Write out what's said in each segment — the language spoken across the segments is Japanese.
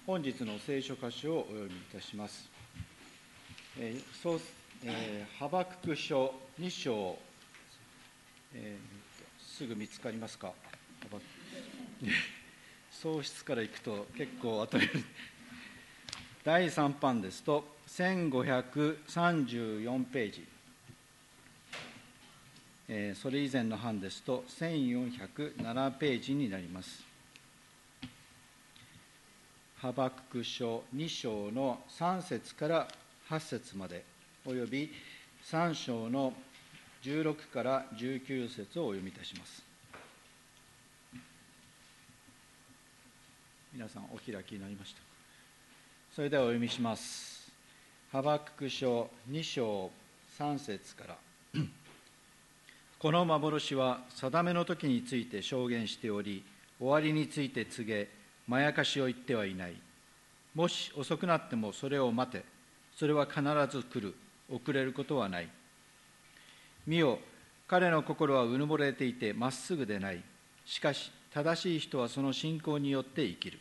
本日の聖書箇所をお読みいたします。ハバクク書2章、すぐ見つかりますか。創出からいくと結構後で第3版ですと1534ページ、それ以前の版ですと1407ページになります。ハバクク書2章の3節から8節まで、および3章の16から19節をお読みいたします。皆さんお開きになりました。それではお読みします。ハバクク書2章3節から。この幻は定めの時について証言しており、終わりについて告げ、まやかしを言ってはいない。もし遅くなってもそれを待て。それは必ず来る。遅れることはない。見よ、彼の心はうぬぼれていてまっすぐでない。しかし、正しい人はその信仰によって生きる。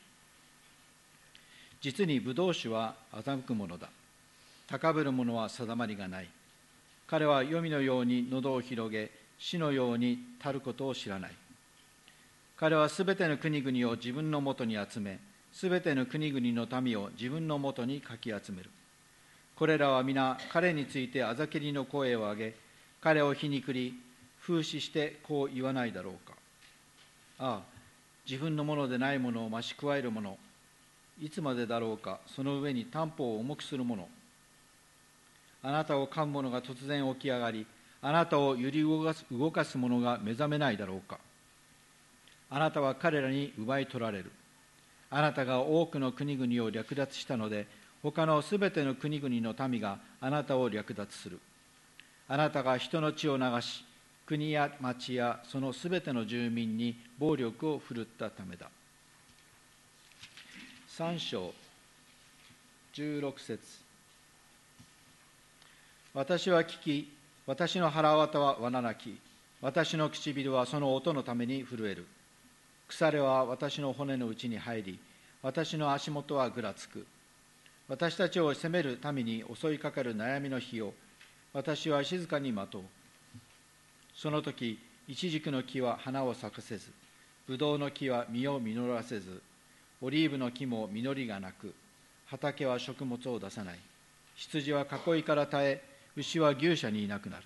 実に葡萄酒は欺くものだ。高ぶる者は定まりがない。彼は黄泉のように喉を広げ、死のようにたることを知らない。彼はすべての国々を自分のもとに集め、すべての国々の民を自分のもとにかき集める。これらは皆彼についてあざけりの声を上げ、彼を皮肉り、風刺してこう言わないだろうか。ああ、自分のものでないものを増し加える者、いつまでだろうか、その上に担保を重くする者。あなたを噛む者が突然起き上がり、あなたを揺り動かす者が目覚めないだろうか。あなたは彼らに奪い取られる。あなたが多くの国々を略奪したので、他のすべての国々の民があなたを略奪する。あなたが人の血を流し、国や町やそのすべての住民に暴力を振るったためだ。3章16節。私は聞き、私の腹渡はわななき、私の唇はその音のために震える。腐れは私の骨の内に入り、私の足元はぐらつく。私たちを責める民に襲いかかる悩みの日を、私は静かに待とう。その時、イチジクの木は花を咲かせず、ブドウの木は実を実らせず、オリーブの木も実りがなく、畑は食物を出さない。羊は囲いから絶え、牛は牛舎にいなくなる。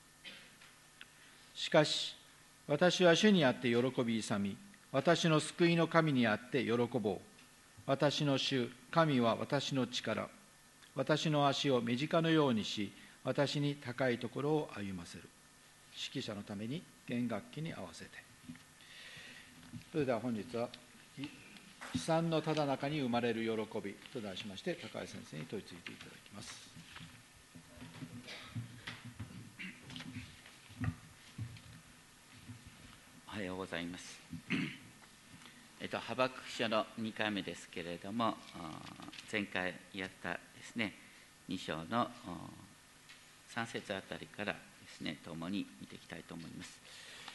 しかし、私は主にあって喜び勇み、私の救いの神にあって喜ぼう。私の主、神は私の力。私の足を目近のようにし、私に高いところを歩ませる。指揮者のために弦楽器に合わせて。それでは本日は、悲惨のただ中に生まれる喜びと題しまして、高橋先生に問いついていただきます。 おはようございます。ハバクク書の2回目ですけれども、前回やったですね、2章の3節あたりからですね、共に見ていきたいと思います。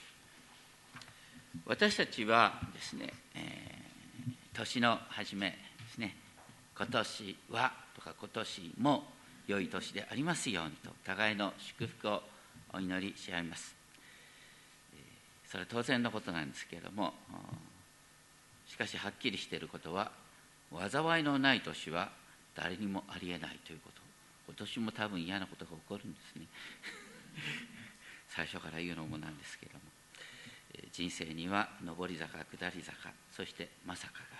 私たちはですね、年の初めですね、今年はとか今年も良い年でありますようにと、互いの祝福をお祈りし合います。それは当然のことなんですけれども、しかしはっきりしていることは、災いのない年は誰にもありえないということ。今年も多分嫌なことが起こるんですね。最初から言うのもなんですけれども、人生には上り坂、下り坂、そしてまさかが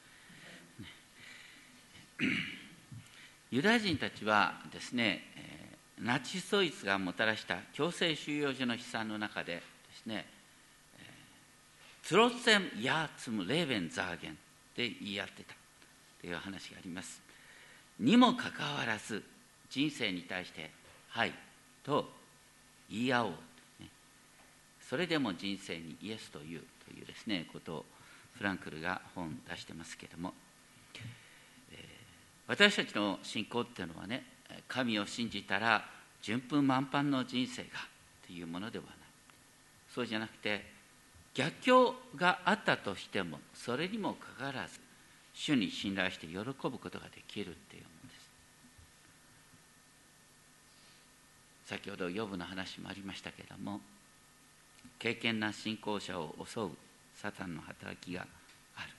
ある。ユダヤ人たちはですね、ナチスドイツがもたらした強制収容所の悲惨の中でですね、ツロッツェン・ヤーツム・レーベン・ザーゲンって言い合ってたという話があります。にもかかわらず人生に対してはいと言い合おう、ね、それでも人生にイエスというですねことをフランクルが本出してますけれども、私たちの信仰っていうのはね、神を信じたら順風満帆の人生がというものではない。そうじゃなくて、逆境があったとしてもそれにもかかわらず主に信頼して喜ぶことができるっていうものです。先ほどヨブの話もありましたけれども、敬虔な信仰者を襲うサタンの働きがある。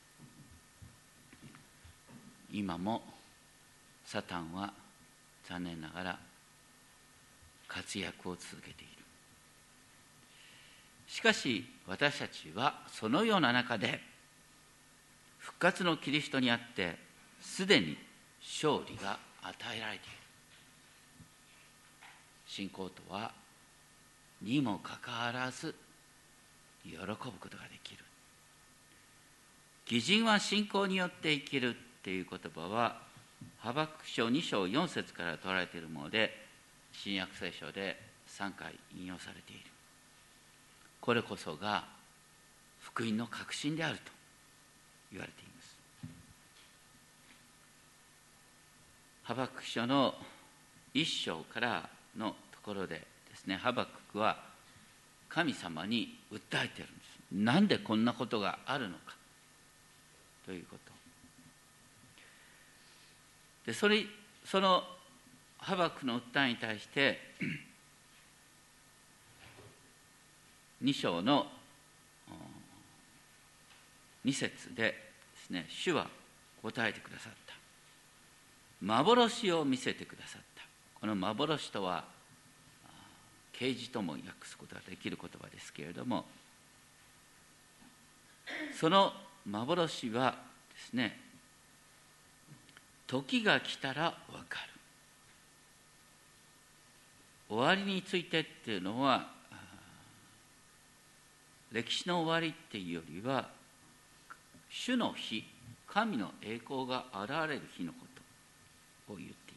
今もサタンは残念ながら活躍を続けている。しかし私たちはそのような中で復活のキリストにあってすでに勝利が与えられている。信仰とはにもかかわらず喜ぶことができる。義人は信仰によって生きるっていう言葉はハバクク書2章4節から取られているもので、新約聖書で3回引用されている。これこそが福音の核心であると言われています。ハバクク書の1章からのところでですね、ハバククは神様に訴えているんです。なんでこんなことがあるのかということで、そのハバククの訴えに対して2章の2節でですね、主は答えてくださった。幻を見せてくださった。この幻とは啓示とも訳すことができる言葉ですけれども、その幻はですね、時が来たら分かる。終わりについてっていうのは歴史の終わりっていうよりは主の日、神の栄光が現れる日のことを言っています。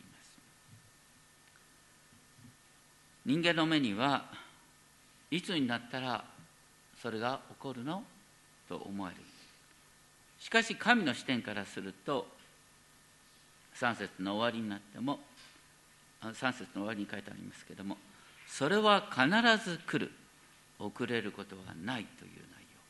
人間の目にはいつになったらそれが起こるのと思われる。しかし神の視点からすると3節の終わりになっても、3節の終わりに書いてありますけれども、それは必ず来る、遅れることはないという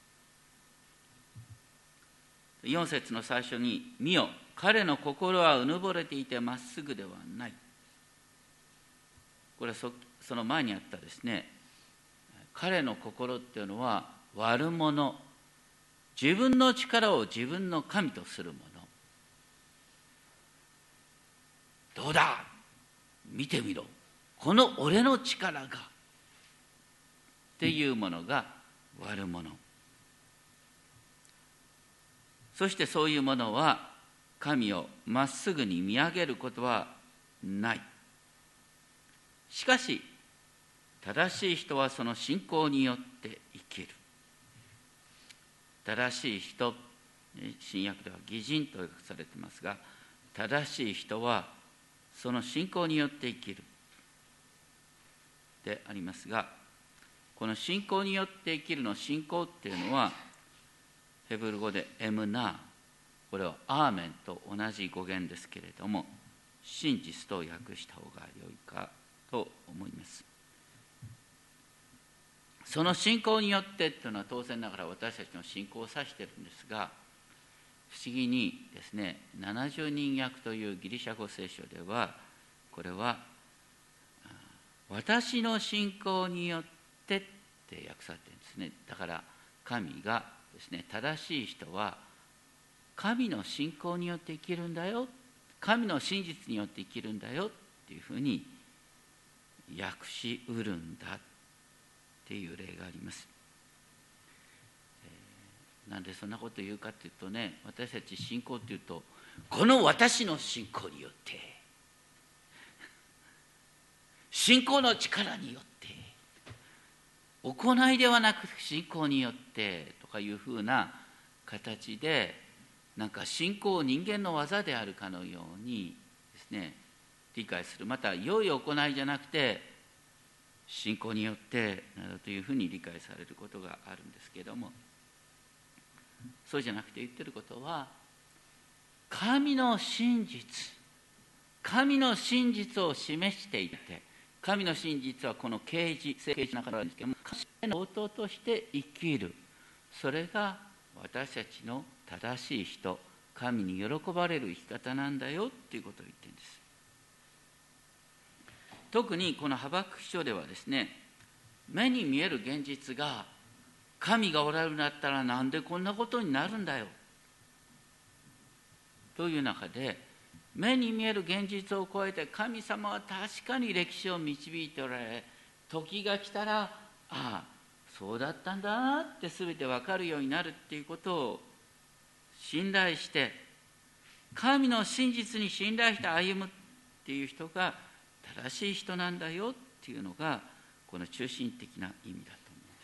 内容。4節の最初に、見よ、彼の心はうぬぼれていてまっすぐではない。これはその前にあったですね、彼の心っていうのは悪者、自分の力を自分の神とするもの。どうだ、見てみろ、この俺の力がっていうものが悪者。そしてそういうものは神をまっすぐに見上げることはない。しかし正しい人はその信仰によって生きる。正しい人、新約では義人と訳されていますが、正しい人はその信仰によって生きるでありますが、この信仰によって生きるの信仰っていうのはヘブル語でエムナー、これはアーメンと同じ語源ですけれども、真実と訳した方が良いかと思います。その信仰によってというのは当然ながら私たちの信仰を指しているんですが、不思議にですね、70人訳というギリシャ語聖書では、これは私の信仰によってって訳されているんですね。だから神がですね、正しい人は神の信仰によって生きるんだよ、神の真実によって生きるんだよっていうふうに訳しうるんだっていう例があります。なんでそんなこと言うかっていうとね、私たち信仰っていうと、この私の信仰によって信仰の力によって行いではなく信仰によってとかいうふうな形で、なんか信仰を人間の技であるかのようにですね理解する。また良い行いじゃなくて信仰によってなどというふうに理解されることがあるんですけれども、そうじゃなくて言ってることは、神の真実を示していて、神の真実はこの啓示の中なんですけども、神の応答として生きる、それが私たちの正しい人、 神に喜ばれる生き方なんだよっていうことを言ってるんです。特にこのハバクク書ではですね、目に見える現実が神がおられるんだったらなんでこんなことになるんだよという中で、目に見える現実を超えて神様は確かに歴史を導いておられ、時が来たらああそうだったんだなって全て分かるようになるっていうことを信頼して、神の真実に信頼して歩むっていう人が正しい人なんだよっていうのがこの中心的な意味だと思います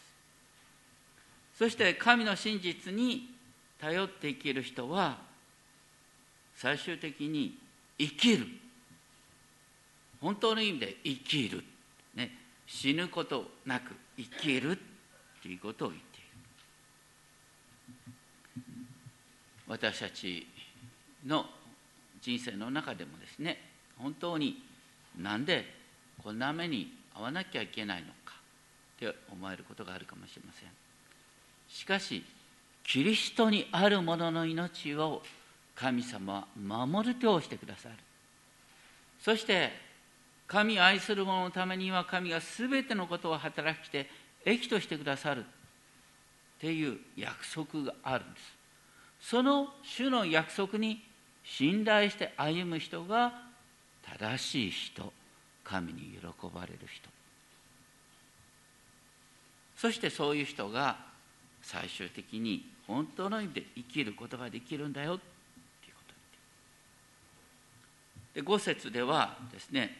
。そして神の真実に頼って生きる人は最終的に生きる、本当の意味で生きる、ね、死ぬことなく生きるということを言っている。私たちの人生の中でもですね、本当になんでこんな目に遭わなきゃいけないのかって思えることがあるかもしれません。しかしキリストにある者の命を神様は守る手をしてくださる。そして神を愛する者のためには神がすべてのことを働きして益としてくださるっていう約束があるんです。その主の約束に信頼して歩む人が正しい人、神に喜ばれる人、そしてそういう人が最終的に本当の意味で生きることができるんだよっていうことで、5節ではですね、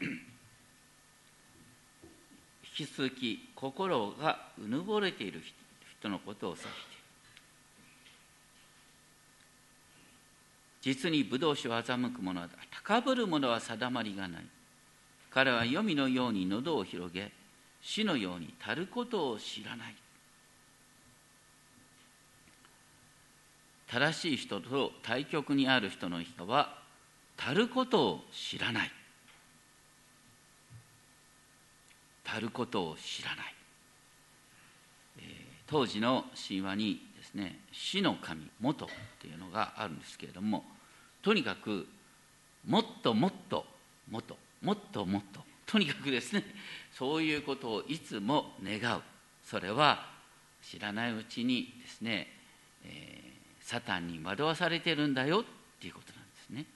引き続き心がうぬぼれている人のことを指している。実に葡萄酒を欺く者は高ぶる者は定まりがない。彼は黄泉のように喉を広げ、死のように足ることを知らない。正しい人と対極にある人の人は足ることを知らない。足ることを知らない。当時の神話にですね、死の神モトっていうのがあるんですけれども、とにかくもっともっともっともっともっととにかくですね、そういうことをいつも願う。それは知らないうちにですね、サタンに惑わされているんだよっていうことなんですね。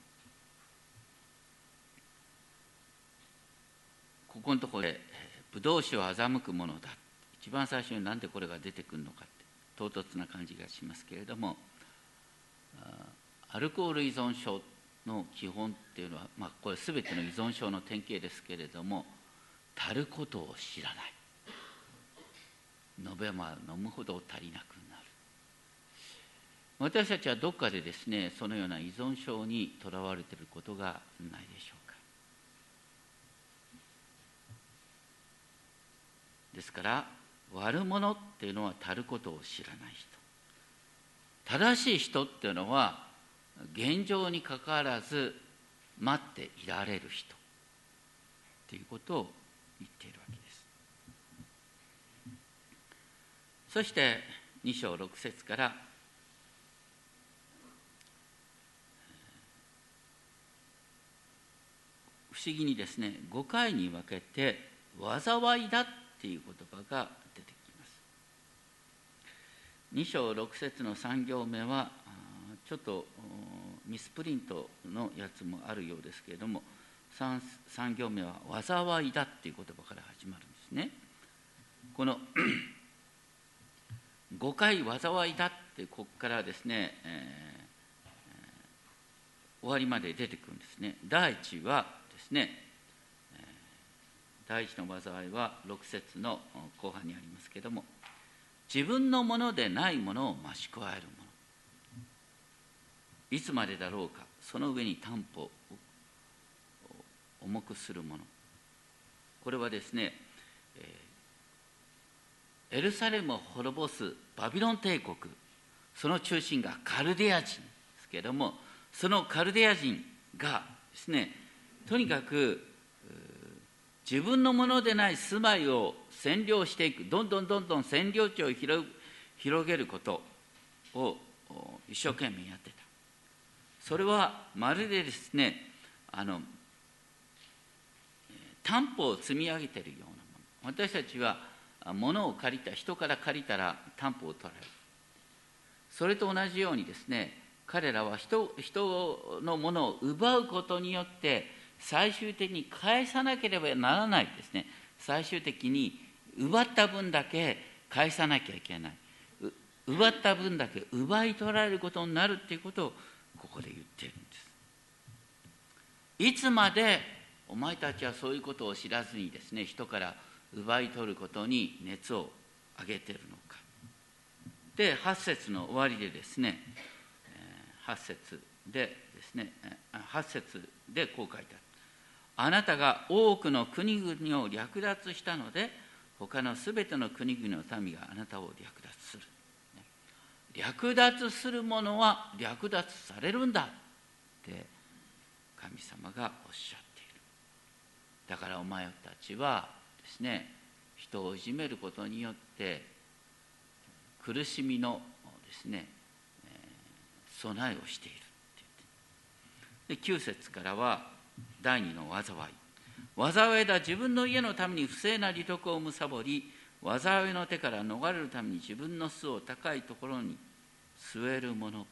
ここのところで葡萄酒を欺くものだ、一番最初になんでこれが出てくるのかって唐突な感じがしますけれども、アルコール依存症の基本っていうのは、これ全ての依存症の典型ですけれども、足ることを知らない。飲めば飲むほど足りなくなる。私たちはどっかでですね、そのような依存症にとらわれていることがないでしょうか。ですから悪者っていうのは足ることを知らない人、正しい人っていうのは現状にかかわらず待っていられる人っていうことを言っているわけです。そして2章6節から不思議にですね、5回に分けて災いだっていう言葉が出てきます。2章6節の3行目はちょっとミスプリントのやつもあるようですけれども、 3行目は災いだっていう言葉から始まるんですね。この5回災いだってここからですね、終わりまで出てくるんですね。第一はですね、第一の災いは6節の後半にありますけれども、自分のものでないものを増し加えるもの、いつまでだろうか、その上に担保を重くするもの。これはですね、エルサレムを滅ぼすバビロン帝国、その中心がカルデア人ですけれども、そのカルデア人がですね、とにかく自分のものでない住まいを占領していく、どんどん占領地を広げることを一生懸命やってた。 それはまるでですね、担保を積み上げているようなもの。私たちは物を借りた、人から借りたら担保を取られる。それと同じようにですね、彼らは人のものを奪うことによって最終的に返さなければならないですね。最終的に奪った分だけ返さなきゃいけない。奪った分だけ奪い取られることになるということをここで言っているんです。いつまでお前たちはそういうことを知らずにですね、人から奪い取ることに熱を上げているのか。で、8節の終わりでですね、8節でこう書いてある。あなたが多くの国々を略奪したので、他のすべての国々の民があなたを略奪する。略奪する者は略奪されるんだって神様がおっしゃっている。だからお前たちはですね、人をいじめることによって苦しみのですね、備えをしているって言って。で、9節からは第二の災い。災いだ、自分の家のために不正な利得を貪り、災いの手から逃れるために自分の巣を高いところに据える者。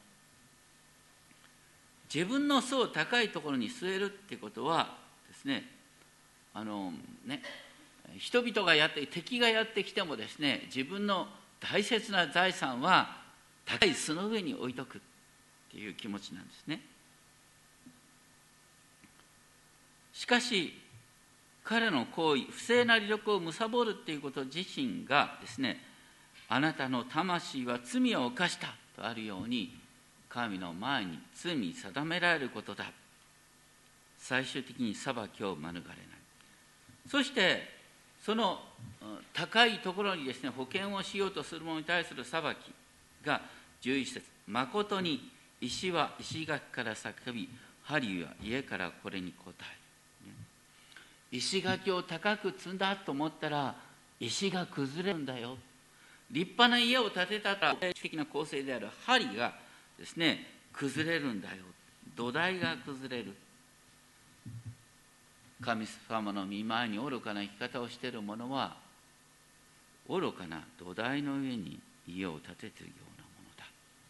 自分の巣を高いところに据えるってことはですね、人々が敵がやってきてもですね、自分の大切な財産は高い巣の上に置いとくっていう気持ちなんですね。しかし彼の行為、不正な利得を貪るっていうこと自身がですね、あなたの魂は罪を犯したとあるように、神の前に罪定められることだ。最終的に裁きを免れない。そしてその高いところにですね、保険をしようとする者に対する裁きが11節。まことに石は石垣から叫び、針は家からこれに答える。石垣を高く積んだと思ったら石が崩れるんだよ。立派な家を建てたら的な構成である梁がですね、崩れるんだよ。土台が崩れる。神様の御前に愚かな生き方をしている者は愚かな土台の上に家を建てているようなものだ。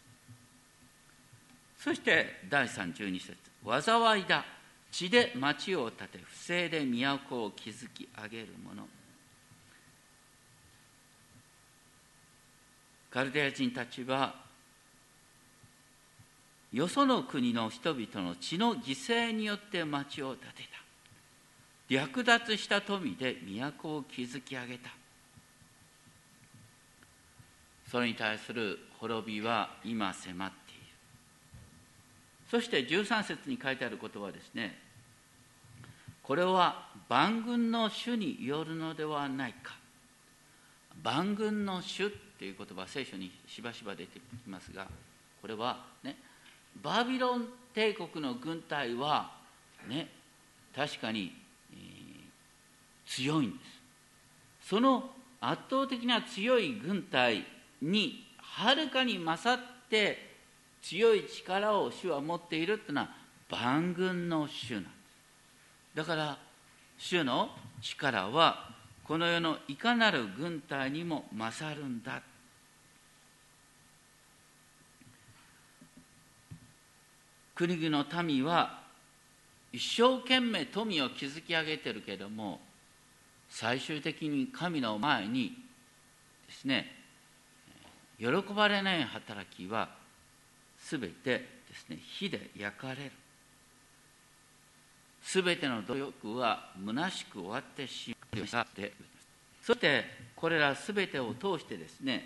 そして第3、12節。災いだ、地で町を建て、不正で都を築き上げる者。カルデア人たちはよその国の人々の血の犠牲によって町を建てた。略奪した富で都を築き上げた。それに対する滅びは今迫っている。そして13節に書いてあることはですね、これは万軍の主によるのではないか。万軍の主っていう言葉は聖書にしばしば出てきますが、これはね、バビロン帝国の軍隊はね、確かに、強いんです。その圧倒的な強い軍隊にはるかに勝って強い力を主は持っているというのは万軍の主なんです。だから主の力はこの世のいかなる軍隊にも勝るんだ。国々の民は一生懸命富を築き上げているけれども、最終的に神の前にですね、喜ばれない働きはすべてですね、火で焼かれる。すべての努力は虚しく終わってしまう。そしてこれらすべてを通してですね、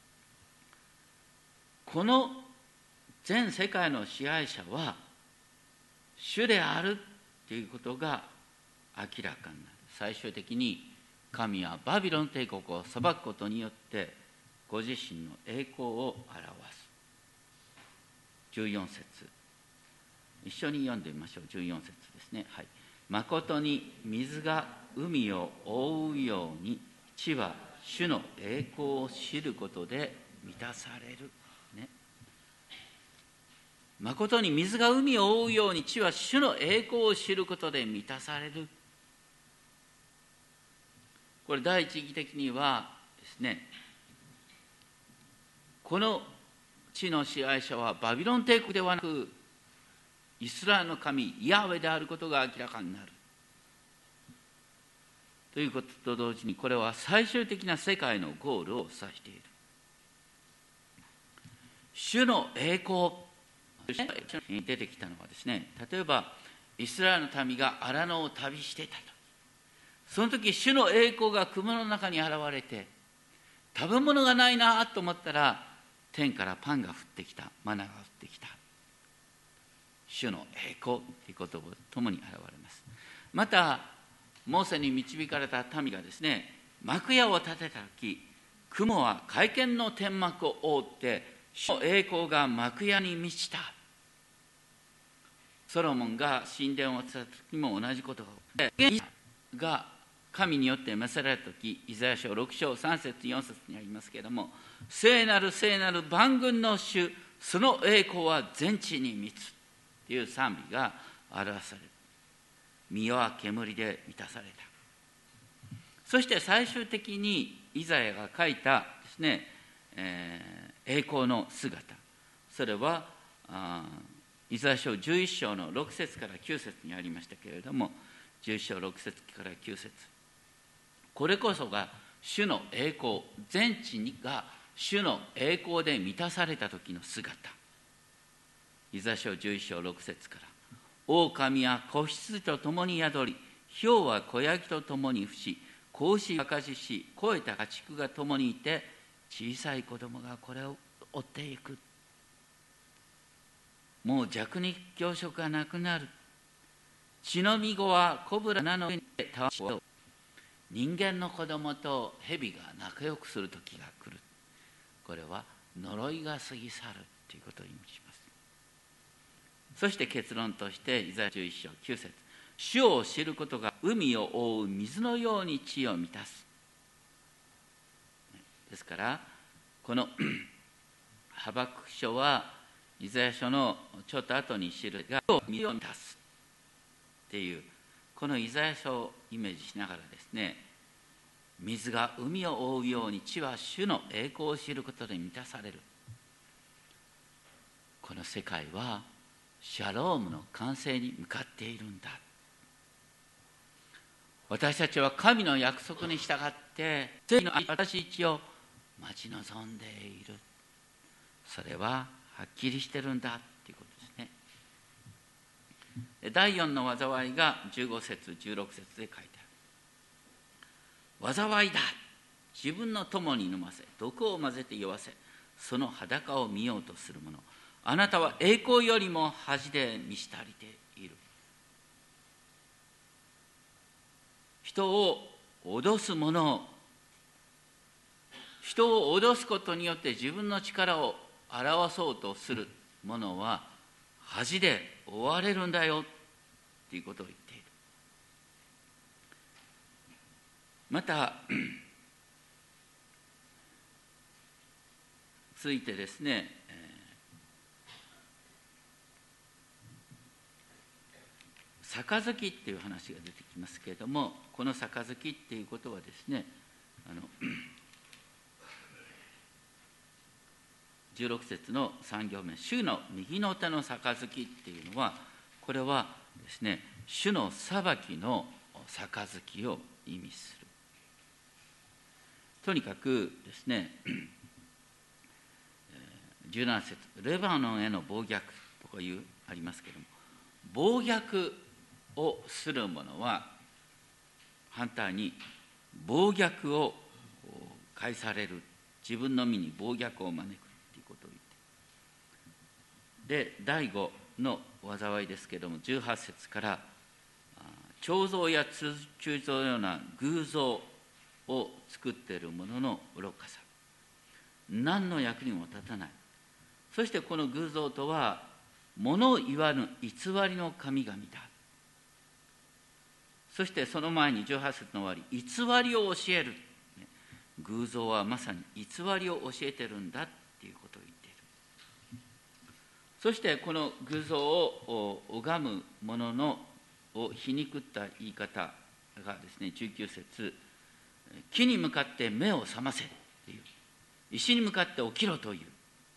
この全世界の支配者は主であるということが明らかになる。最終的に神はバビロン帝国を裁くことによってご自身の栄光を表す。14節、一緒に読んでみましょう。14節ですね。はい。誠に水が海を覆うように地は主の栄光を知ることで満たされる。ね。 誠に水が海を覆うように地は主の栄光を知ることで満たされる。これ第一義的にはですね、この地の支配者はバビロン帝国ではなくイスラエルの神ヤハウェであることが明らかになるということと同時に、これは最終的な世界のゴールを指している。主の栄光に出てきたのはですね、例えばイスラエルの民が荒野を旅していたと、その時主の栄光が雲の中に現れて、食べ物がないなと思ったら天からパンが降ってきた、マナが降ってきた。主の栄光ということとともに現れます。またモーセに導かれた民がですね、幕屋を建てた時、雲は会見の天幕を覆って主の栄光が幕屋に満ちた。ソロモンが神殿を建てた時も同じことが神によって召された時、イザヤ書6章3節4節にありますけれども、聖なる聖なる万軍の主、その栄光は全地に満つという賛美が表される。身は煙で満たされた。そして最終的にイザヤが書いたですね、栄光の姿、それはイザヤ書11章の6節から9節にありましたけれども、11章6節から9節、これこそが主の栄光、全地が主の栄光で満たされた時の姿。イザヤ書11章6節から、狼は子羊と共に宿り、豹は子ヤギと共に伏し、子牛が赤字し、肥えた家畜が共にいて、小さい子供がこれを追っていく。もう弱肉強食がなくなる。血のみ子はコブラの上に倒し、人間の子供と蛇が仲良くする時が来る。これは呪いが過ぎ去るということを意味します。そして結論としてイザヤ11章9節、主を知ることが海を覆う水のように地を満たす。ですからこのハバクク書はイザヤ書のちょっと後に知るが水を満たすっていう、このイザヤ書をイメージしながらですね、水が海を覆うように地は主の栄光を知ることで満たされる。この世界はシャロームの完成に向かっているんだ。私たちは神の約束に従って正義の新しい地を待ち望んでいる。それははっきりしてるんだということですね。第4の災いが15節16節で書いてある。災いだ、自分の友に飲ませ、毒を混ぜて酔わせ、その裸を見ようとする者、あなたは栄光よりも恥で満ち足りている。人を脅す者、人を脅すことによって自分の力を表そうとする者は恥で追われるんだよということを言っている。また続いてですね、杯っていう話が出てきますけれども、この杯っていうことはですね、16節の3行目、主の右の手の杯っていうのは、これはですね、主の裁きの杯を意味する。とにかくですね、17節、レバノンへの暴虐とかいうありますけれども、暴虐をする者は反対に暴虐を返される、自分の身に暴虐を招くということを言って、で第5の災いですけれども、18節から彫像や鋳造のような偶像を作っている者の愚かさ、何の役にも立たない。そしてこの偶像とは物言わぬ偽りの神々だ。そしてその前に18節の終わり、偽りを教える。偶像はまさに偽りを教えてるんだっていうことを言っている。 そしてこの偶像を拝む者のを皮肉った言い方がですね、19節、木に向かって目を覚ませという、石に向かって起きろという、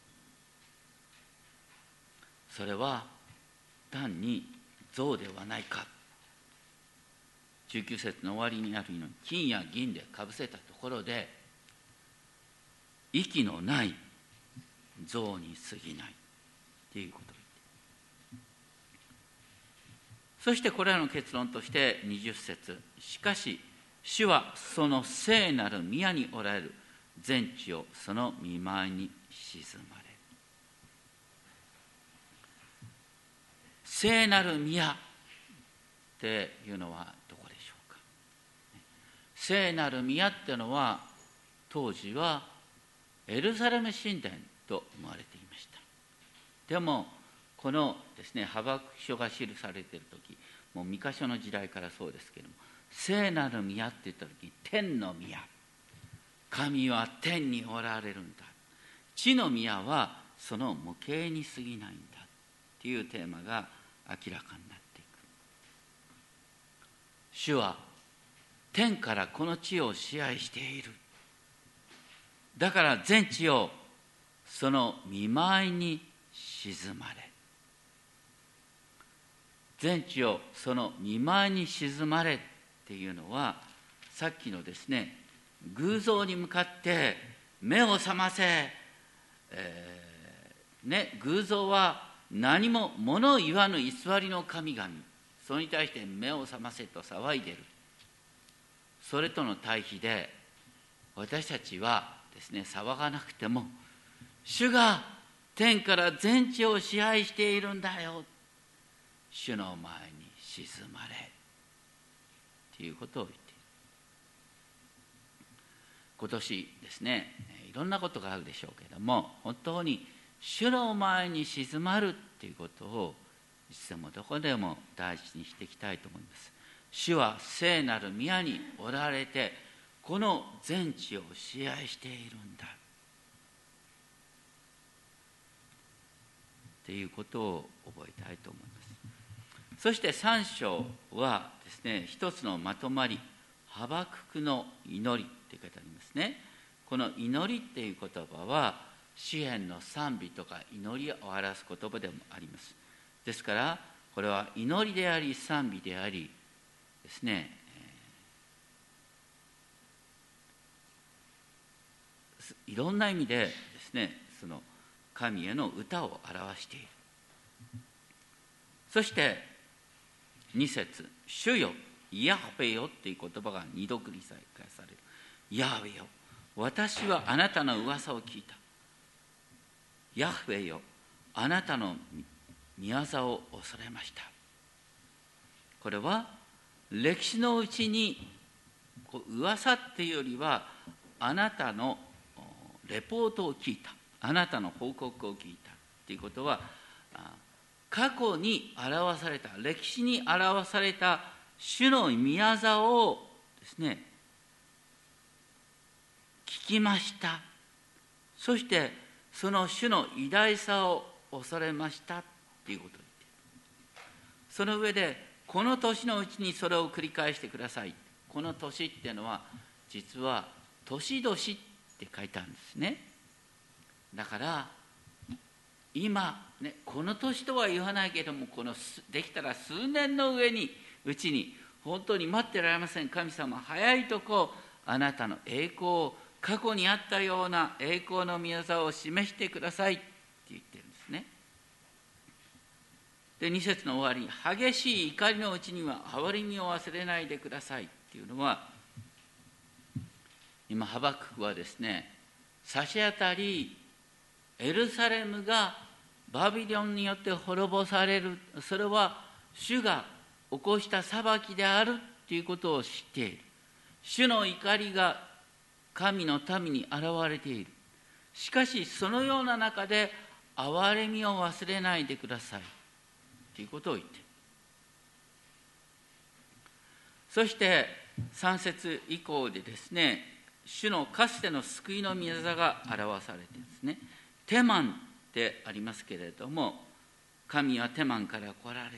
それは単に像ではないか。19節の終わりにあるように、金や銀でかぶせたところで息のない像に過ぎないということを言って、そしてこれらの結論として20節、しかし主はその聖なる宮におられる全地をその御前に沈まれ。聖なる宮っていうのはどこでしょうか。聖なる宮っていうのは当時はエルサレム神殿と思われていました。でもこのですね、ハバクク書が記されている時、もうミカ書の時代からそうですけれども、聖なる宮って言った時に天の宮、神は天におられるんだ、地の宮はその模型に過ぎないんだっていうテーマが明らかになっていく。主は天からこの地を支配している。だから全地をその御前に沈まれ。全地をその御前に沈まれっていうのは、さっきのですね、偶像に向かって目を覚ませ、偶像は何も物を言わぬ偽りの神々、それに対して目を覚ませと騒いでいる。それとの対比で、私たちはですね、騒がなくても主が天から全地を支配しているんだよ、主の前に沈まれということを言っている。今年ですね、いろんなことがあるでしょうけれども、本当に主の前に静まるということをいつでもどこでも大事にしていきたいと思います。主は聖なる宮におられて、この全地を支配しているんだということを覚えたいと思います。そして3章はですね、一つのまとまり、ハバククの祈りって書いてありますね。この祈りっていう言葉は詩篇の賛美とか祈りを表す言葉でもあります。ですからこれは祈りであり賛美でありですね、いろんな意味でですね、その神への歌を表している。そして2節、主よ、ヤハベよっていう言葉が2度繰り返される。ヤハベよ、私はあなたの噂を聞いた。ヤハベよ、あなたの御業を恐れました。これは歴史のうちに噂っていうよりは、あなたのレポートを聞いた、あなたの報告を聞いたっていうことは、過去に表された、歴史に表された主の御業をですね、聞きました。そしてその主の偉大さを恐れましたということを言っている。その上で、この年のうちにそれを繰り返してください。この年っていうのは実は年々って書いてあるんですね。だから今ね、この年とは言わないけども、このできたら数年のうちに本当に待ってられません。神様、早いとこあなたの栄光を、過去にあったような栄光の御業を示してくださいって言ってるんですね。で、2節の終わりに、激しい怒りのうちには憐れみを忘れないでくださいっていうのは、今ハバククはですね、差し当たりエルサレムがバビロンによって滅ぼされる、それは主が起こした裁きであるということを知っている。主の怒りが神の民に現れている。しかしそのような中で憐れみを忘れないでくださいということを言っている。そして3節以降でですね、主のかつての救いの御業が表されているんですね。テマンってありますけれども、 神はテマンから来られる。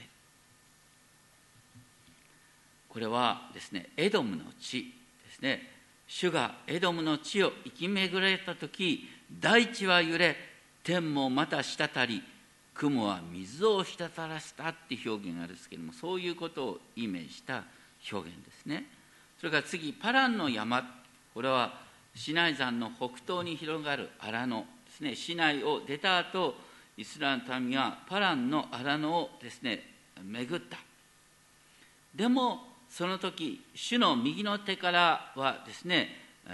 これはですね、エドムの地ですね。主がエドムの地を生き巡られたとき、大地は揺れ、天もまた滴り、雲は水を滴らせたっていう表現があるんですけれども、そういうことをイメージした表現ですね。それから次、パランの山、これはシナイ山の北東に広がる荒野ですね。シナイを出た後、イスラエルの民はパランの荒野をですね、巡った。でも、その時、主の右の手からはですね、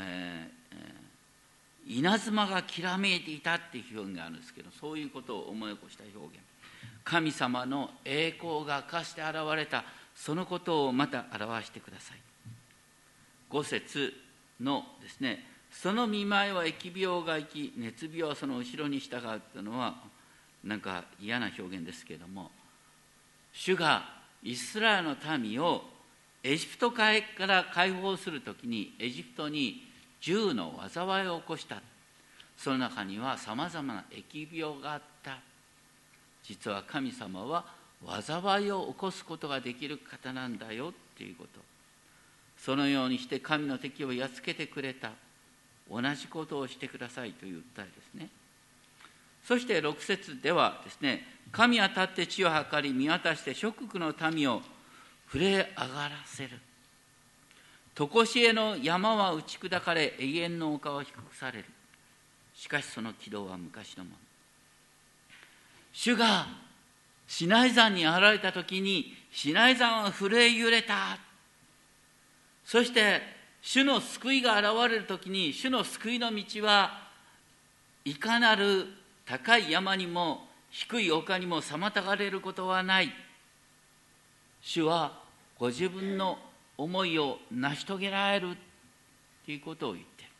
稲妻がきらめいていたっていう表現があるんですけど、そういうことを思い起こした表現。神様の栄光が化して現れた、そのことをまた表してください。5節のですね、その見舞いは疫病が行き、熱病はその後ろに従うというのは、なんか嫌な表現ですけれども、主がイスラエルの民をエジプトから解放するときに、エジプトに10の災いを起こした。その中にはさまざまな疫病があった。実は神様は災いを起こすことができる方なんだよっていうこと。そのようにして神の敵をやっつけてくれた。同じことをしてくださいという訴えですね。そして6節ではですね、神は立って地を測り見渡して諸国の民を触れ上がらせる。常しえの山は打ち砕かれ、永遠の丘は低くされる。しかしその軌道は昔のもの。主がシナイ山に現れたときに、シナイ山は震え揺れた。そして主の救いが現れるときに、主の救いの道はいかなる高い山にも低い丘にも妨がれることはない。主はご自分の思いを成し遂げられるということを言っている。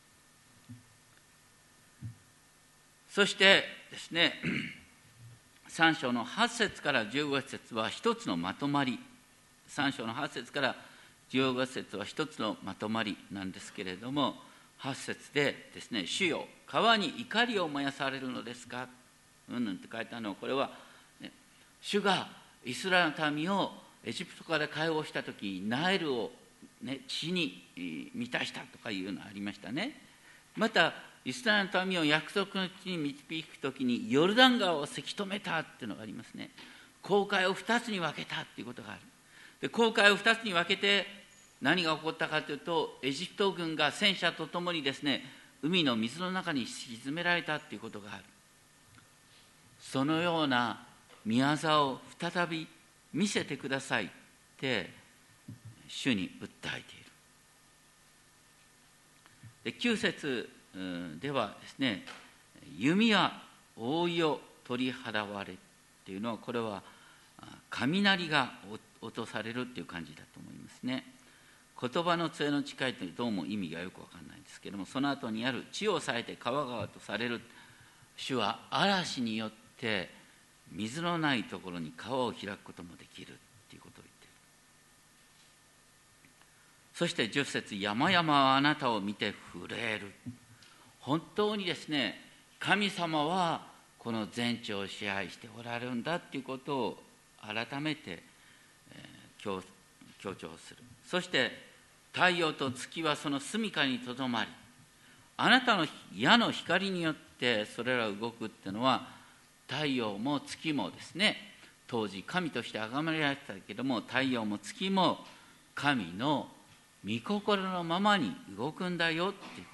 そしてですね、3章の8節から15節は一つのまとまり。3章の8節から15節は一つのまとまりなんですけれども、8節でですね、主よ、川に怒りを燃やされるのですかって書いたのは、これは、ね、主がイスラエルの民をエジプトから解放したときにナイルを、ね、血に満たしたとかいうのがありましたね。またイスラエルの民を約束の地に導くときにヨルダン川をせき止めたっていうのがありますね。紅海を2つに分けたっていうことがある。で、紅海を2つに分けて何が起こったかというと、エジプト軍が戦車とともにですね、海の水の中に沈められたっていうことがある。そのような宮業を再び見せてくださいって主に訴えている。で、9節ではですね、弓は覆いを取り払われっていうのは、これは雷が落とされるっていう感じだと思いますね。言葉の杖の誓いというどうも意味がよくわかんないんですけれども、その後にある地を裂いて川々とされる。主は嵐によって水のないところに川を開くこともできるということを言っている。そして10節、山々はあなたを見て震える。本当にですね、神様はこの全地を支配しておられるんだということを改めて強調する。そして太陽と月はその住処にとどまり、あなたの矢の光によってそれらが動くっていうのは、太陽も月もですね、当時神として崇められてたけども、太陽も月も神の御心のままに動くんだよっていうことを言っている。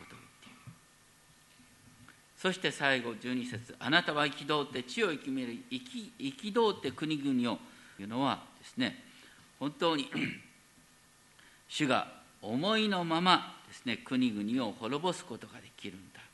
そして最後12節、あなたは憤って地を憤って国々をというのはですね、本当に主が思いのままですね、国々を滅ぼすことができるんだ。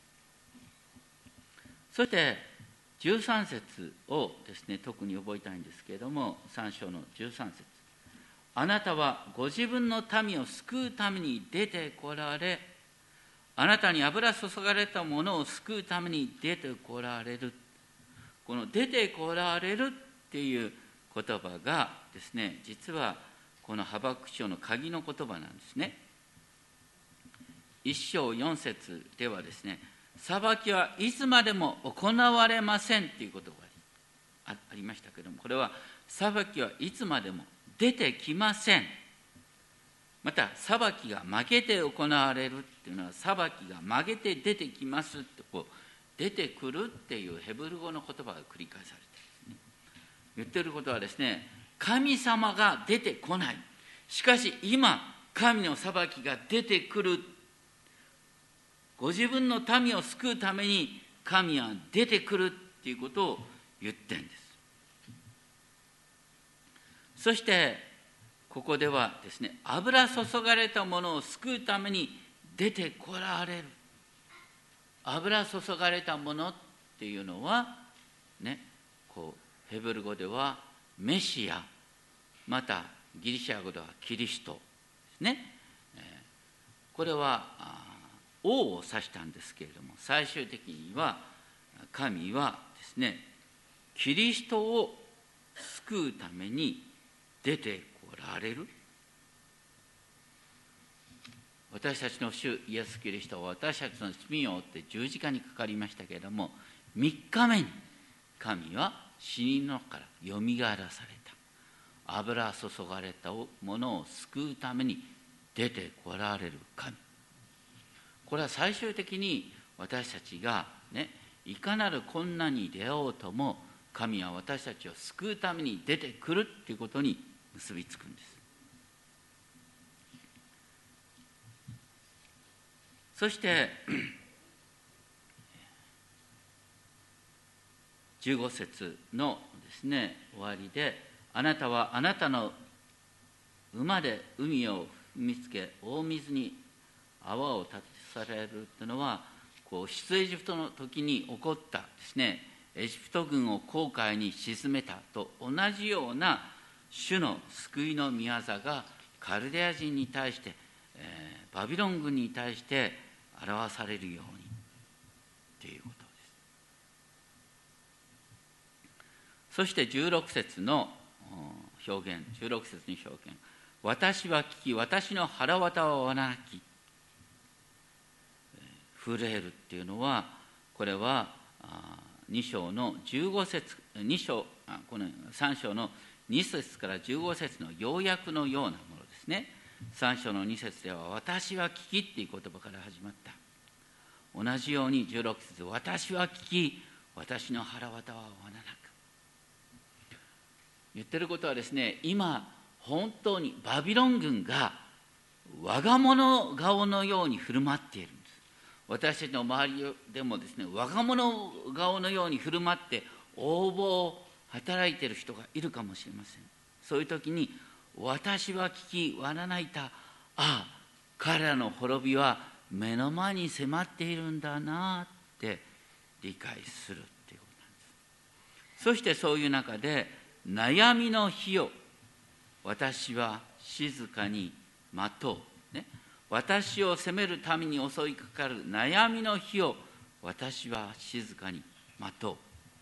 そして13節をですね、特に覚えたいんですけれども、3章の13節、あなたはご自分の民を救うために出てこられ、あなたに油注がれたものを救うために出てこられる。この出てこられるっていう言葉がですね、実はこのハバクク書の鍵の言葉なんですね。1章4節ではですね、裁きはいつまでも行われませんということがあり、 ありましたけれども、これは裁きはいつまでも出てきません。また裁きが負けて行われるっていうのは、裁きが負けて出てきますって出てくるっていうヘブル語の言葉が繰り返されているんですね。言ってることはですね、神様が出てこない、しかし今神の裁きが出てくる、ご自分の民を救うために神は出てくるっていうことを言ってるんです。そしてここではですね、油注がれたものを救うために出てこられる。油注がれたものっていうのはね、ヘブル語ではメシア、またギリシャ語ではキリストですね。これは王を指したんですけれども、最終的には神はですね、キリストを救うために出てこられる。私たちの主イエス・キリストは私たちの罪を負って十字架にかかりましたけれども、3日目に神は死人の中からよみがえらされた。油注がれたものを救うために出てこられる神。これは最終的に私たちがね、いかなる困難に出会おうとも、神は私たちを救うために出てくるということに結びつくんです。そして15節のですね、終わりで、あなたはあなたの馬で海を踏みつけ、大水に泡を立たされるというのは、出エジプトの時に起こったですね、エジプト軍を紅海に沈めたと同じような主の救いの御業がカルデア人に対して、バビロン軍に対して表されるようにということです。そして16節の表現、16節に表現、私は聞き、私の腹渡はわななき、震えるっていうのは、これは2章の15節、この3章の2節から15節の要約のようなものですね。3章の2節では、私は聞きっていう言葉から始まった。同じように16節、私は聞き、私の腹渡はわななく。言ってることはですね、今本当にバビロン軍が我が物顔のように振る舞っているんです。私たちの周りでもですね、我が物顔のように振る舞って横暴働いている人がいるかもしれません。そういう時に、私は聞きわなないた、彼らの滅びは目の前に迫っているんだなって理解するっていうことなんです。そしてそういう中で、悩みの日を私は静かに待とう、ね、私を責めるために襲いかかる悩みの日を私は静かに待とう。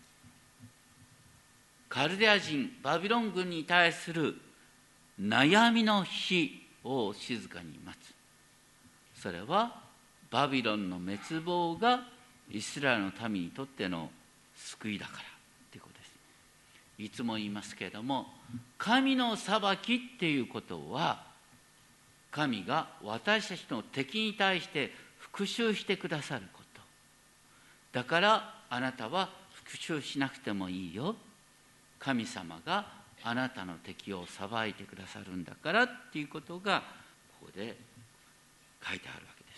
カルデア人バビロン軍に対する悩みの日を静かに待つ。それはバビロンの滅亡がイスラエルの民にとっての救いだからということです。いつも言いますけれども、神の裁きっていうことは、神が私たちの敵に対して復讐してくださることだから、あなたは復讐しなくてもいいよ、神様があなたの敵を裁いてくださるんだからっていうことがここで書いてあるわけです。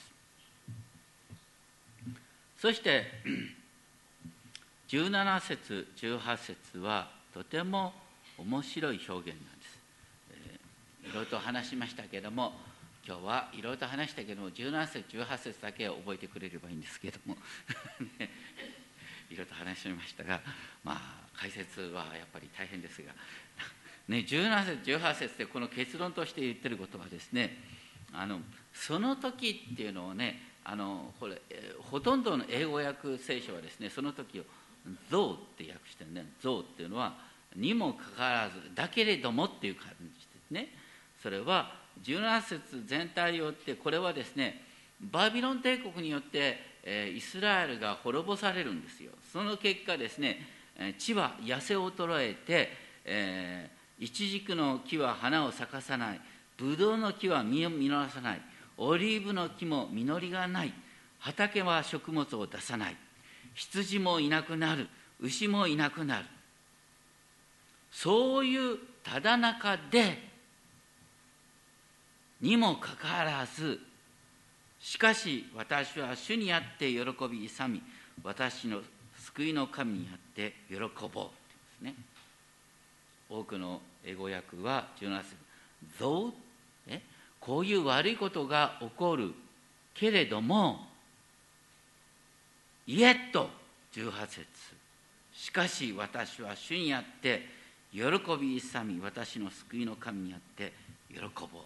そして17節18節はとても面白い表現なんです。いろいろと話しましたけれども、今日はいろいろと話したけれども、17節18節だけ覚えてくれればいいんですけれどもいろいろと話しましたが、解説はやっぱり大変ですが、17節18節でこの結論として言ってることはですね、その時っていうのをね、これほとんどの英語訳聖書はですね、その時をゾウって訳してるね。ゾウっていうのはにもかかわらずだけれどもっていう感じですね。それは17節全体によって、これはですね、バビロン帝国によってイスラエルが滅ぼされるんですよ。その結果ですね、 地は痩せ衰えて、イチジクの木は花を咲かさない、ブドウの木は実を実らさない、オリーブの木も実りがない、畑は食物を出さない、羊もいなくなる、牛もいなくなる。そういうただ中でにもかかわらず、しかし私は主にあって喜び勇み、私の救いの神にあって喜ぼうというんですね。多くの英語訳は17節、though、こういう悪いことが起こるけれども、yet、18節、しかし私は主にあって喜び勇み、私の救いの神にあって喜ぼうということなんです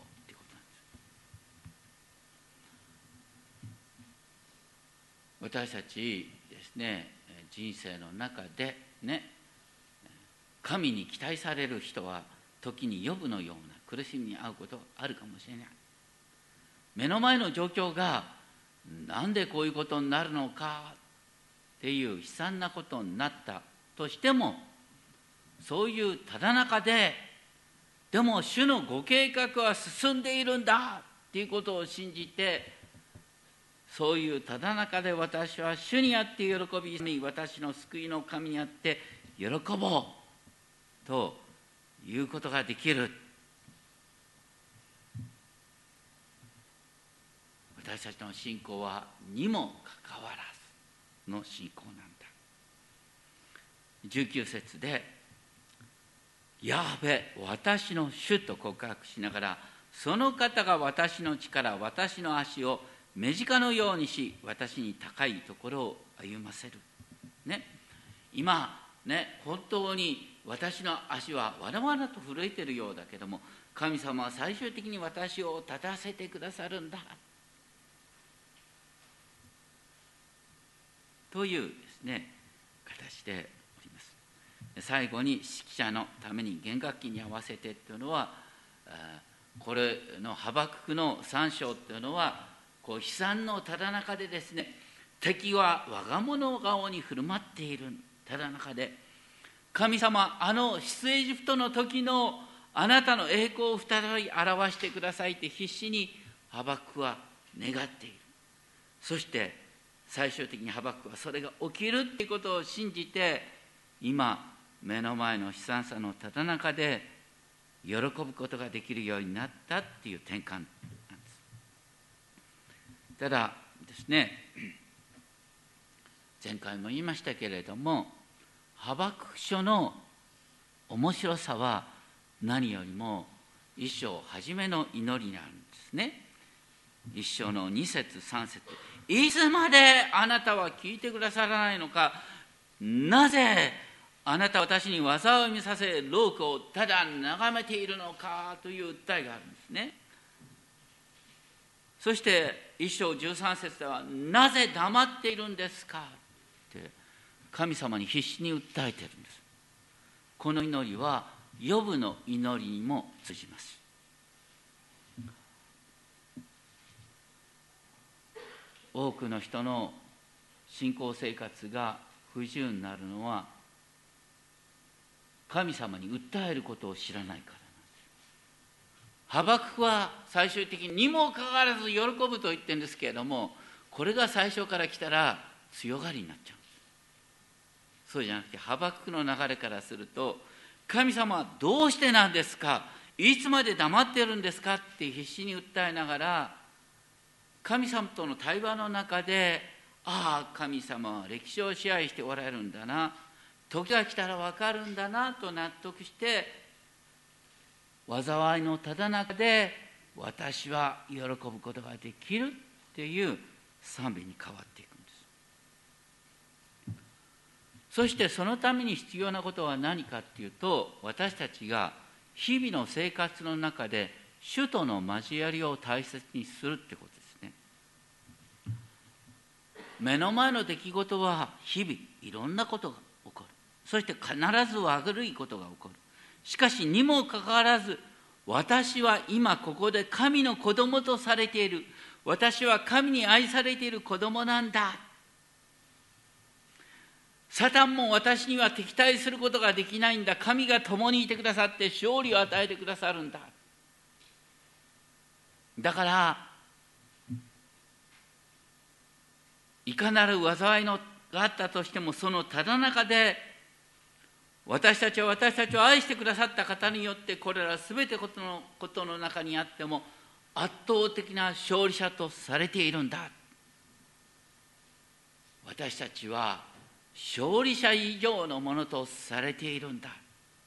。私たちですね、人生の中でね、神に期待される人は時にヨブのような苦しみに遭うことがあるかもしれない。目の前の状況がなんでこういうことになるのかっていう悲惨なことになったとしても、そういうただ中ででも主のご計画は進んでいるんだっていうことを信じて、そういうただ中で私は主にあって喜び、私の救いの神にあって喜ぼうということができる。私たちの信仰はにもかかわらずの信仰なんだ。19節でヤハベ私の主と告白しながら、その方が私の力、私の足を目近のようにし、私に高いところを歩ませる、ね、今ね、本当に私の足はわらわらと震えているようだけども、神様は最終的に私を立たせてくださるんだというですね、形でおります。最後に指揮者のために弦楽器に合わせてというのは、これのハバククの3章というのは、こう悲惨のただ中でですね、敵は我が物顔に振る舞っているただ中で、神様、出エジプトの時のあなたの栄光を再び表してくださいって必死にハバククは願っている。そして最終的にハバククはそれが起きるっていうことを信じて、今目の前の悲惨さのただ中で喜ぶことができるようになったっていう転換なんです。ただですね、前回も言いましたけれども、ハバクク書の面白さは何よりも一章初めの祈りなんですね。一章の2節3節、いつまであなたは聞いてくださらないのか、なぜあなたは私に技を見させ労苦をただ眺めているのかという訴えがあるんですね。そして一章13節では、なぜ黙っているんですかって神様に必死に訴えているんです。この祈りはヨブの祈りにも通じます。多くの人の信仰生活が不自由になるのは、神様に訴えることを知らないからなんです。ハバククは最終的にもかかわらず喜ぶと言ってるんですけれども、これが最初から来たら強がりになっちゃうんです。そうじゃなくて、ハバククの流れからすると、神様はどうしてなんですか、いつまで黙ってるんですかって必死に訴えながら、神様との対話の中で、ああ神様は歴史を支配しておられるんだな、時が来たら分かるんだなと納得して、災いのただ中で私は喜ぶことができるっていう賛美に変わっていくんです。そしてそのために必要なことは何かっていうと、私たちが日々の生活の中で主との交わりを大切にするってことですね。目の前の出来事は日々いろんなことが起こる。そして必ず悪いことが起こる。しかしにもかかわらず、私は今ここで神の子供とされている。私は神に愛されている子供なんだ。 サタンも私には敵対することができないんだ。神が共にいてくださって勝利を与えてくださるんだ。だからいかなる災いがあったとしても、そのただ中で私たちは私たちを愛してくださった方によって、これらすべてことの中にあっても圧倒的な勝利者とされているんだ。私たちは勝利者以上のものとされているんだ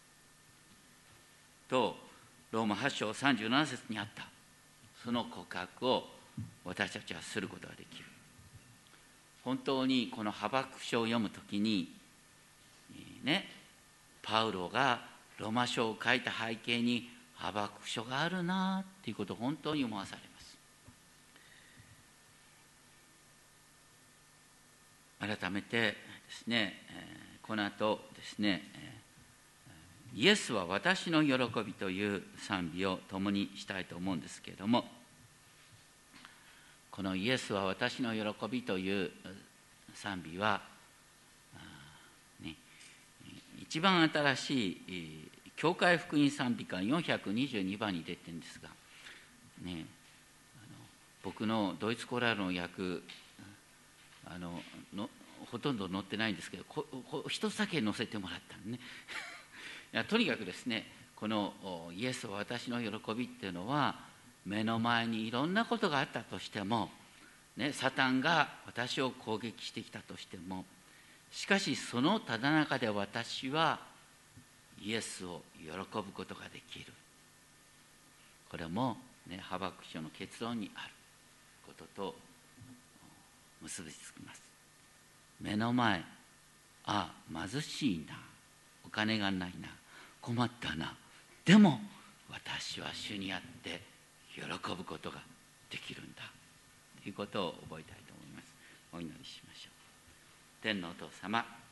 と、ローマ8章37節にあったその告白を私たちはすることができる。本当にこのハバクク書を読むときにね、パウロがローマ書を書いた背景にハバクク書があるなということを本当に思わされます。改めてですね、この後ですね、イエスは私の喜びという賛美を共にしたいと思うんですけれども、このイエスは私の喜びという賛美は、一番新しい教会福音賛美歌422番に出てるんですが、ね、僕のドイツコラールの訳ほとんど載ってないんですけど、一つだけ載せてもらったのねいやとにかくですね、このイエスは私の喜びっていうのは、目の前にいろんなことがあったとしても、ね、サタンが私を攻撃してきたとしても、しかしそのただ中で私はイエスを喜ぶことができる。これも、ね、ハバクク書の結論にあることと結びつきます。目の前、貧しいな、お金がないな、困ったな、でも私は主にあって喜ぶことができるんだということを覚えたいと思います。お祈りしましょう。天のお父様、